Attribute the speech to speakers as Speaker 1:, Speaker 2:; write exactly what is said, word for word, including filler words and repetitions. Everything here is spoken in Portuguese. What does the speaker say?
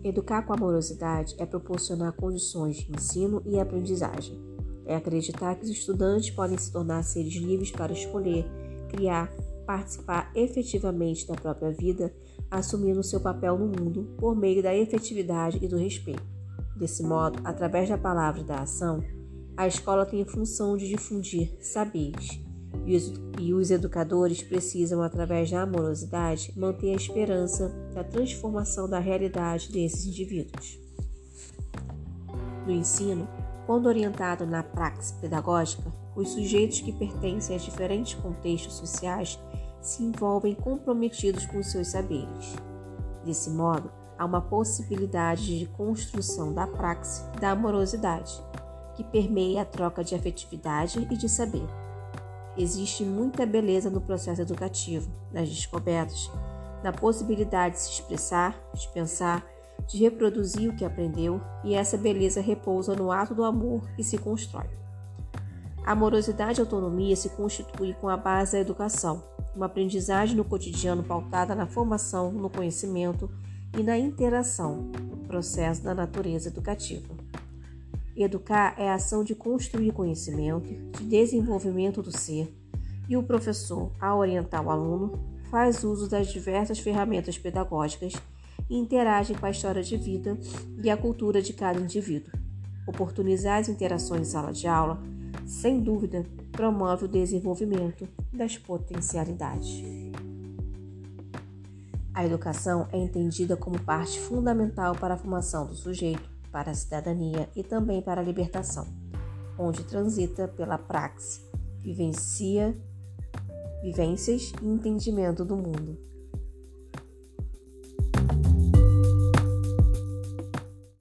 Speaker 1: Educar com amorosidade é proporcionar condições de ensino e aprendizagem. É acreditar que os estudantes podem se tornar seres livres para escolher, criar, participar efetivamente da própria vida, assumindo seu papel no mundo por meio da efetividade e do respeito. Desse modo, através da palavra e da ação, a escola tem a função de difundir saberes, e os, e os educadores precisam, através da amorosidade, manter a esperança da transformação da realidade desses indivíduos. No ensino, quando orientado na praxis pedagógica, os sujeitos que pertencem a diferentes contextos sociais se envolvem comprometidos com os seus saberes. Desse modo, há uma possibilidade de construção da praxis da amorosidade, que permeia a troca de afetividade e de saber. Existe muita beleza no processo educativo, nas descobertas, na possibilidade de se expressar, de pensar, de reproduzir o que aprendeu, e essa beleza repousa no ato do amor que se constrói. A amorosidade e a autonomia se constituem com a base da educação, uma aprendizagem no cotidiano pautada na formação, no conhecimento e na interação, processo da natureza educativa. Educar é a ação de construir conhecimento, de desenvolvimento do ser, e o professor, ao orientar o aluno, faz uso das diversas ferramentas pedagógicas e interage com a história de vida e a cultura de cada indivíduo. Oportunizar as interações em sala de aula, sem dúvida, promove o desenvolvimento das potencialidades. A educação é entendida como parte fundamental para a formação do sujeito, para a cidadania e também para a libertação, onde transita pela praxe, vivencia, vivências e entendimento do mundo.